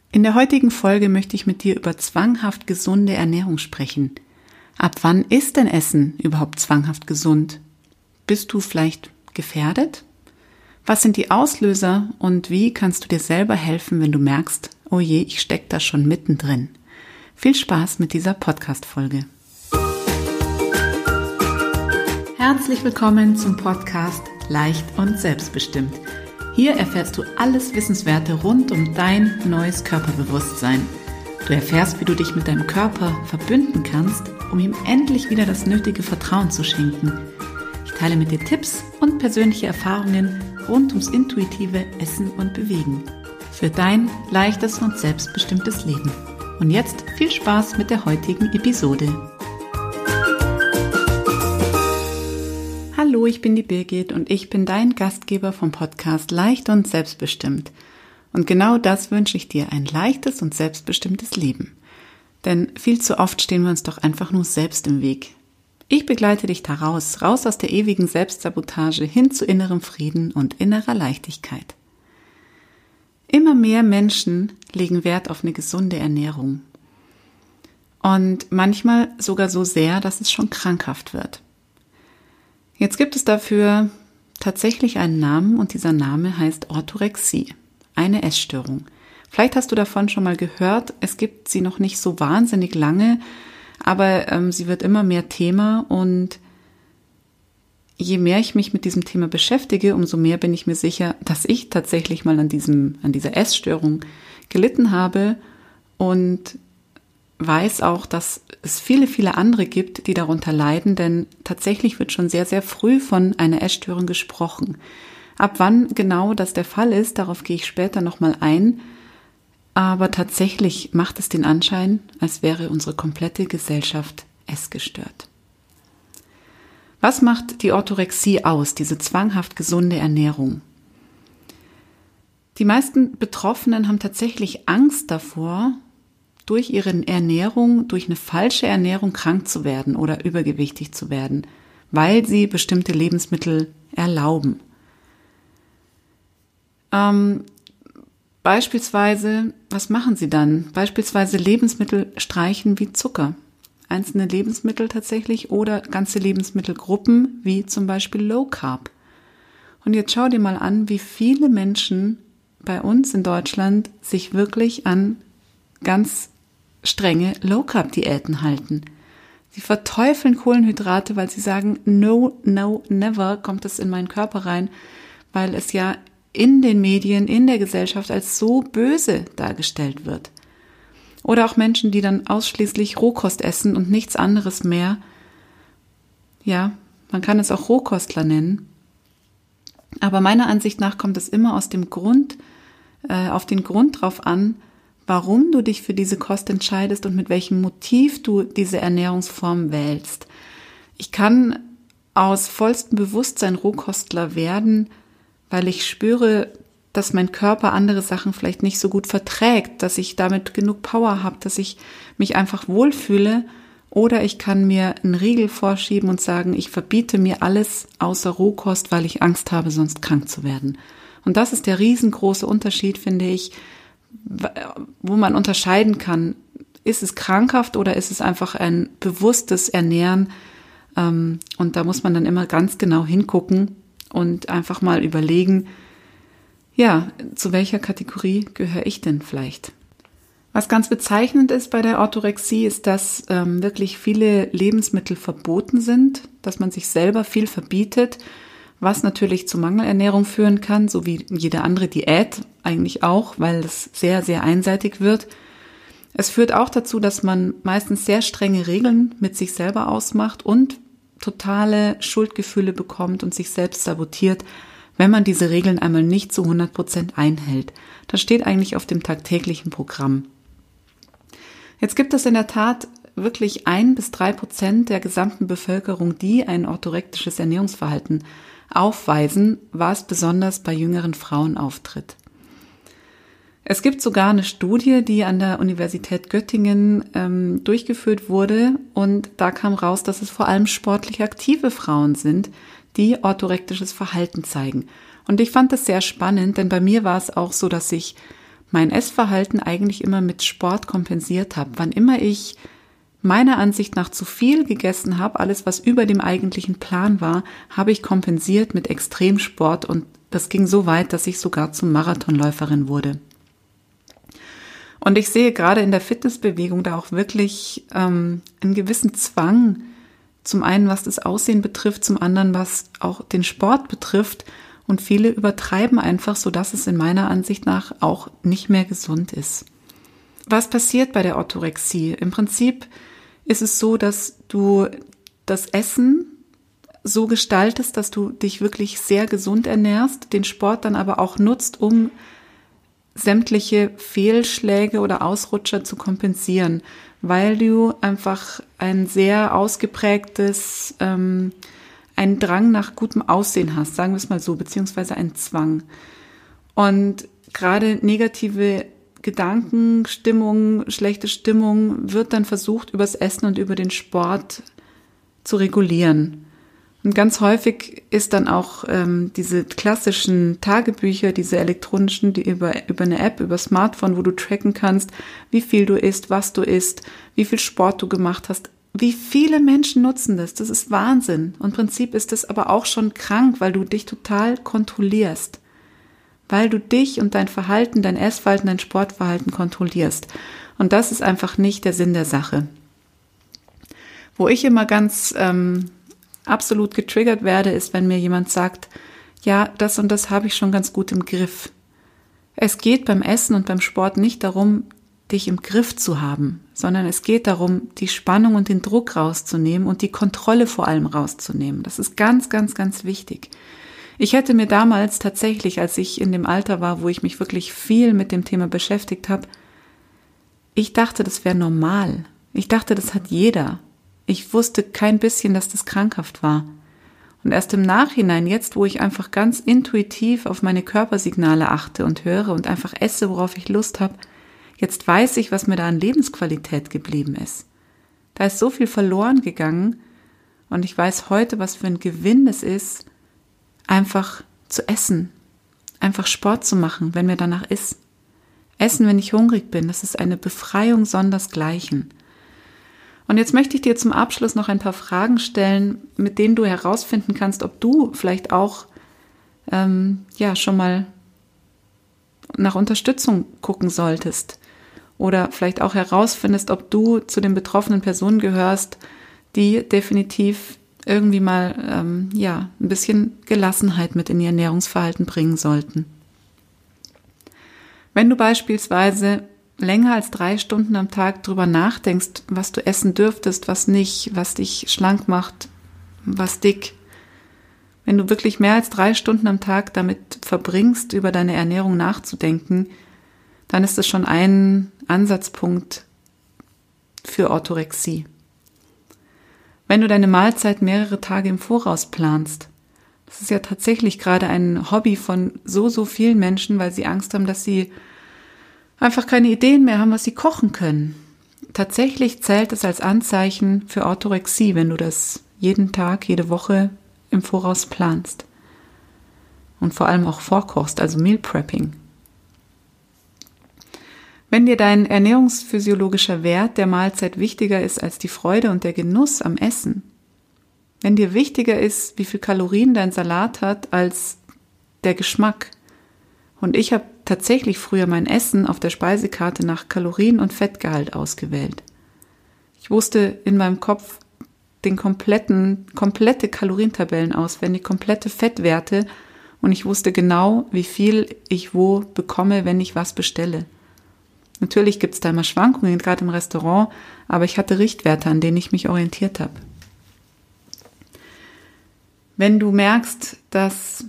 In der heutigen Folge möchte ich mit dir über zwanghaft gesunde Ernährung sprechen. Ab wann ist denn Essen überhaupt zwanghaft gesund? Bist du vielleicht gefährdet? Was sind die Auslöser und wie kannst du dir selber helfen, wenn du merkst, oh je, ich stecke da schon mittendrin? Viel Spaß mit dieser Podcast-Folge. Herzlich willkommen zum Podcast Leicht und Selbstbestimmt. Hier erfährst du alles Wissenswerte rund um dein neues Körperbewusstsein. Du erfährst, wie du dich mit deinem Körper verbünden kannst, um ihm endlich wieder das nötige Vertrauen zu schenken. Ich teile mit dir Tipps und persönliche Erfahrungen rund ums intuitive Essen und Bewegen. Für dein leichtes und selbstbestimmtes Leben. Und jetzt viel Spaß mit der heutigen Episode. Hallo, ich bin die Birgit und ich bin dein Gastgeber vom Podcast Leicht und Selbstbestimmt. Und genau das wünsche ich dir, ein leichtes und selbstbestimmtes Leben. Denn viel zu oft stehen wir uns doch einfach nur selbst im Weg. Ich begleite dich da raus aus der ewigen Selbstsabotage hin zu innerem Frieden und innerer Leichtigkeit. Immer mehr Menschen legen Wert auf eine gesunde Ernährung. Und manchmal sogar so sehr, dass es schon krankhaft wird. Jetzt gibt es dafür tatsächlich einen Namen und dieser Name heißt Orthorexie, eine Essstörung. Vielleicht hast du davon schon mal gehört, es gibt sie noch nicht so wahnsinnig lange, aber sie wird immer mehr Thema und je mehr ich mich mit diesem Thema beschäftige, umso mehr bin ich mir sicher, dass ich tatsächlich mal an dieser Essstörung gelitten habe und weiß auch, dass es viele, viele andere gibt, die darunter leiden, denn tatsächlich wird schon sehr, sehr früh von einer Essstörung gesprochen. Ab wann genau das der Fall ist, darauf gehe ich später nochmal ein, aber tatsächlich macht es den Anschein, als wäre unsere komplette Gesellschaft essgestört. Was macht die Orthorexie aus, diese zwanghaft gesunde Ernährung? Die meisten Betroffenen haben tatsächlich Angst davor, durch ihre Ernährung, durch eine falsche Ernährung krank zu werden oder übergewichtig zu werden, weil sie bestimmte Lebensmittel erlauben. Beispielsweise, was machen sie dann? Beispielsweise Lebensmittel streichen wie Zucker. Einzelne Lebensmittel tatsächlich oder ganze Lebensmittelgruppen wie zum Beispiel Low Carb. Und jetzt schau dir mal an, wie viele Menschen bei uns in Deutschland sich wirklich an ganz strenge Low-Carb-Diäten halten. Sie verteufeln Kohlenhydrate, weil sie sagen, no, never kommt es in meinen Körper rein, weil es ja in den Medien, in der Gesellschaft als so böse dargestellt wird. Oder auch Menschen, die dann ausschließlich Rohkost essen und nichts anderes mehr. Ja, man kann es auch Rohkostler nennen. Aber meiner Ansicht nach kommt es immer auf den Grund drauf an, warum du dich für diese Kost entscheidest und mit welchem Motiv du diese Ernährungsform wählst. Ich kann aus vollstem Bewusstsein Rohkostler werden, weil ich spüre, dass mein Körper andere Sachen vielleicht nicht so gut verträgt, dass ich damit genug Power habe, dass ich mich einfach wohlfühle. Oder ich kann mir einen Riegel vorschieben und sagen, ich verbiete mir alles außer Rohkost, weil ich Angst habe, sonst krank zu werden. Und das ist der riesengroße Unterschied, finde ich, wo man unterscheiden kann, ist es krankhaft oder ist es einfach ein bewusstes Ernähren, und da muss man dann immer ganz genau hingucken und einfach mal überlegen, ja, zu welcher Kategorie gehöre ich denn vielleicht? Was ganz bezeichnend ist bei der Orthorexie, ist, dass wirklich viele Lebensmittel verboten sind, dass man sich selber viel verbietet, was natürlich zu Mangelernährung führen kann, so wie jede andere Diät eigentlich auch, weil es sehr, sehr einseitig wird. Es führt auch dazu, dass man meistens sehr strenge Regeln mit sich selber ausmacht und totale Schuldgefühle bekommt und sich selbst sabotiert, wenn man diese Regeln einmal nicht zu 100% einhält. Das steht eigentlich auf dem tagtäglichen Programm. Jetzt gibt es in der Tat wirklich 1-3% der gesamten Bevölkerung, die ein orthorektisches Ernährungsverhalten aufweisen, was besonders bei jüngeren Frauen auftritt. Es gibt sogar eine Studie, die an der Universität Göttingen durchgeführt wurde und da kam raus, dass es vor allem sportlich aktive Frauen sind, die orthorektisches Verhalten zeigen. Und ich fand das sehr spannend, denn bei mir war es auch so, dass ich mein Essverhalten eigentlich immer mit Sport kompensiert habe. Wann immer ich meiner Ansicht nach zu viel gegessen habe, alles was über dem eigentlichen Plan war, habe ich kompensiert mit Extremsport und das ging so weit, dass ich sogar zum Marathonläuferin wurde. Und ich sehe gerade in der Fitnessbewegung da auch wirklich einen gewissen Zwang, zum einen was das Aussehen betrifft, zum anderen was auch den Sport betrifft. Und viele übertreiben einfach, sodass es in meiner Ansicht nach auch nicht mehr gesund ist. Was passiert bei der Orthorexie? Im Prinzip ist es so, dass du das Essen so gestaltest, dass du dich wirklich sehr gesund ernährst, den Sport dann aber auch nutzt, um sämtliche Fehlschläge oder Ausrutscher zu kompensieren, weil du einfach ein sehr ausgeprägtes, einen Drang nach gutem Aussehen hast, sagen wir es mal so, beziehungsweise einen Zwang. Und gerade negative Gedanken, Stimmung, schlechte Stimmung wird dann versucht, übers Essen und über den Sport zu regulieren. Und ganz häufig ist dann auch diese klassischen Tagebücher, diese elektronischen, die über eine App, über Smartphone, wo du tracken kannst, wie viel du isst, was du isst, wie viel Sport du gemacht hast. Wie viele Menschen nutzen das? Das ist Wahnsinn. Und im Prinzip ist das aber auch schon krank, weil du dich total kontrollierst. Weil du dich und dein Verhalten, dein Essverhalten, dein Sportverhalten kontrollierst. Und das ist einfach nicht der Sinn der Sache. Wo ich immer ganz absolut getriggert werde, ist, wenn mir jemand sagt, ja, das und das habe ich schon ganz gut im Griff. Es geht beim Essen und beim Sport nicht darum, dich im Griff zu haben, sondern es geht darum, die Spannung und den Druck rauszunehmen und die Kontrolle vor allem rauszunehmen. Das ist ganz, ganz, ganz wichtig. Ich hätte mir damals tatsächlich, als ich in dem Alter war, wo ich mich wirklich viel mit dem Thema beschäftigt habe, ich dachte, das wäre normal. Ich dachte, das hat jeder. Ich wusste kein bisschen, dass das krankhaft war. Und erst im Nachhinein, jetzt wo ich einfach ganz intuitiv auf meine Körpersignale achte und höre und einfach esse, worauf ich Lust habe, jetzt weiß ich, was mir da an Lebensqualität geblieben ist. Da ist so viel verloren gegangen und ich weiß heute, was für ein Gewinn es ist, einfach zu essen, einfach Sport zu machen, wenn mir danach ist. Essen, wenn ich hungrig bin, das ist eine Befreiung sondersgleichen. Und jetzt möchte ich dir zum Abschluss noch ein paar Fragen stellen, mit denen du herausfinden kannst, ob du vielleicht auch schon mal nach Unterstützung gucken solltest oder vielleicht auch herausfindest, ob du zu den betroffenen Personen gehörst, die definitiv irgendwie mal ein bisschen Gelassenheit mit in ihr Ernährungsverhalten bringen sollten. Wenn du beispielsweise länger als 3 Stunden am Tag drüber nachdenkst, was du essen dürftest, was nicht, was dich schlank macht, was dick, wenn du wirklich mehr als 3 Stunden am Tag damit verbringst, über deine Ernährung nachzudenken, dann ist es schon ein Ansatzpunkt für Orthorexie. Wenn du deine Mahlzeit mehrere Tage im Voraus planst, das ist ja tatsächlich gerade ein Hobby von so vielen Menschen, weil sie Angst haben, dass sie einfach keine Ideen mehr haben, was sie kochen können. Tatsächlich zählt es als Anzeichen für Orthorexie, wenn du das jeden Tag, jede Woche im Voraus planst. Und vor allem auch vorkochst, also Meal Prepping. Wenn dir dein ernährungsphysiologischer Wert der Mahlzeit wichtiger ist als die Freude und der Genuss am Essen, wenn dir wichtiger ist, wie viel Kalorien dein Salat hat, als der Geschmack. Und ich habe tatsächlich früher mein Essen auf der Speisekarte nach Kalorien- und Fettgehalt ausgewählt. Ich wusste in meinem Kopf komplette Kalorientabellen auswendig, komplette Fettwerte und ich wusste genau, wie viel ich wo bekomme, wenn ich was bestelle. Natürlich gibt es da immer Schwankungen, gerade im Restaurant, aber ich hatte Richtwerte, an denen ich mich orientiert habe. Wenn du merkst, dass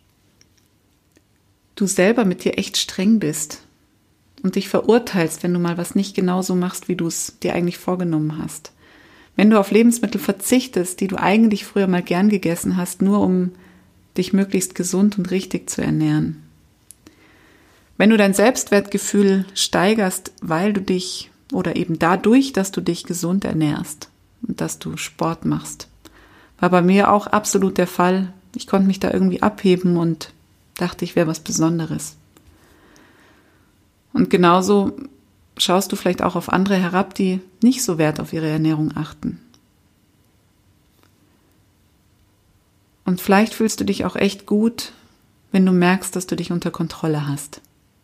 du selber mit dir echt streng bist und dich verurteilst, wenn du mal was nicht genauso machst, wie du es dir eigentlich vorgenommen hast. Wenn du auf Lebensmittel verzichtest, die du eigentlich früher mal gern gegessen hast, nur um dich möglichst gesund und richtig zu ernähren. Wenn du dein Selbstwertgefühl steigerst, weil du dich oder eben dadurch, dass du dich gesund ernährst und dass du Sport machst. War bei mir auch absolut der Fall. Ich konnte mich da irgendwie abheben und dachte, ich wäre was Besonderes. Und genauso schaust du vielleicht auch auf andere herab, die nicht so Wert auf ihre Ernährung achten. Und vielleicht fühlst du dich auch echt gut, wenn du merkst, dass du dich unter Kontrolle hast.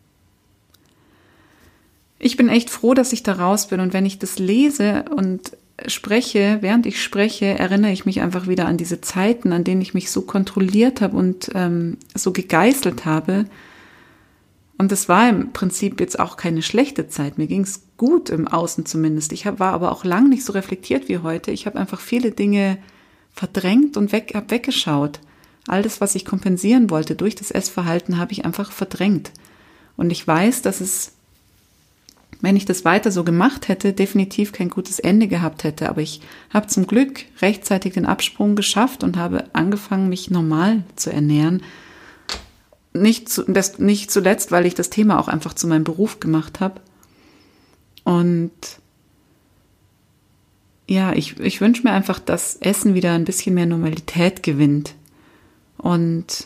Ich bin echt froh, dass ich da raus bin, und wenn ich das lese und spreche, während ich spreche, erinnere ich mich einfach wieder an diese Zeiten, an denen ich mich so kontrolliert habe und so gegeißelt habe. Und das war im Prinzip jetzt auch keine schlechte Zeit. Mir ging es gut im Außen zumindest. War aber auch lang nicht so reflektiert wie heute. Ich habe einfach viele Dinge verdrängt und habe weggeschaut. All das, was ich kompensieren wollte durch das Essverhalten, habe ich einfach verdrängt. Und ich weiß, dass es, wenn ich das weiter so gemacht hätte, definitiv kein gutes Ende gehabt hätte. Aber ich habe zum Glück rechtzeitig den Absprung geschafft und habe angefangen, mich normal zu ernähren. Nicht zuletzt, weil ich das Thema auch einfach zu meinem Beruf gemacht habe. Und ja, ich wünsche mir einfach, dass Essen wieder ein bisschen mehr Normalität gewinnt. Und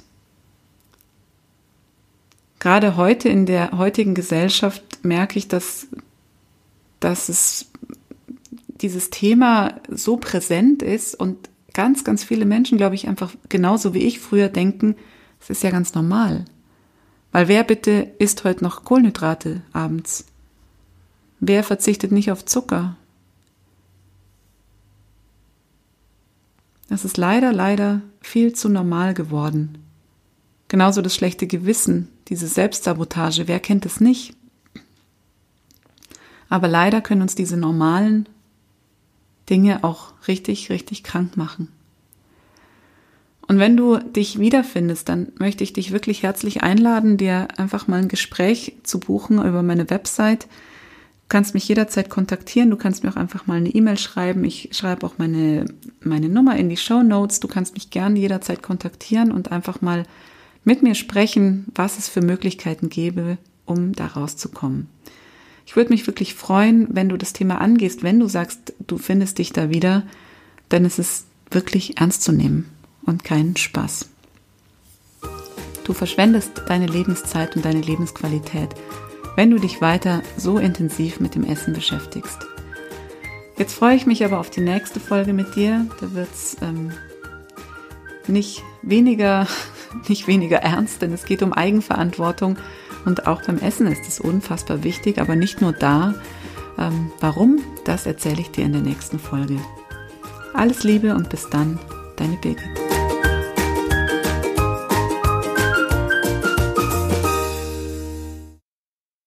gerade heute in der heutigen Gesellschaft merke ich, dass es dieses Thema so präsent ist und ganz, ganz viele Menschen, glaube ich, einfach genauso wie ich früher denken, es ist ja ganz normal. Weil wer bitte isst heute noch Kohlenhydrate abends? Wer verzichtet nicht auf Zucker? Das ist leider viel zu normal geworden. Genauso das schlechte Gewissen, diese Selbstsabotage, wer kennt es nicht? Aber leider können uns diese normalen Dinge auch richtig, richtig krank machen. Und wenn du dich wiederfindest, dann möchte ich dich wirklich herzlich einladen, dir einfach mal ein Gespräch zu buchen über meine Website. Du kannst mich jederzeit kontaktieren, du kannst mir auch einfach mal eine E-Mail schreiben. Ich schreibe auch meine Nummer in die Shownotes. Du kannst mich gerne jederzeit kontaktieren und einfach mal mit mir sprechen, was es für Möglichkeiten gäbe, um da rauszukommen. Ich würde mich wirklich freuen, wenn du das Thema angehst, wenn du sagst, du findest dich da wieder, denn es ist wirklich ernst zu nehmen und kein Spaß. Du verschwendest deine Lebenszeit und deine Lebensqualität, wenn du dich weiter so intensiv mit dem Essen beschäftigst. Jetzt freue ich mich aber auf die nächste Folge mit dir. Da wird es nicht weniger ernst, denn es geht um Eigenverantwortung und auch beim Essen ist es unfassbar wichtig, aber nicht nur da. Warum? Das erzähle ich dir in der nächsten Folge. Alles Liebe und bis dann, deine Birgit.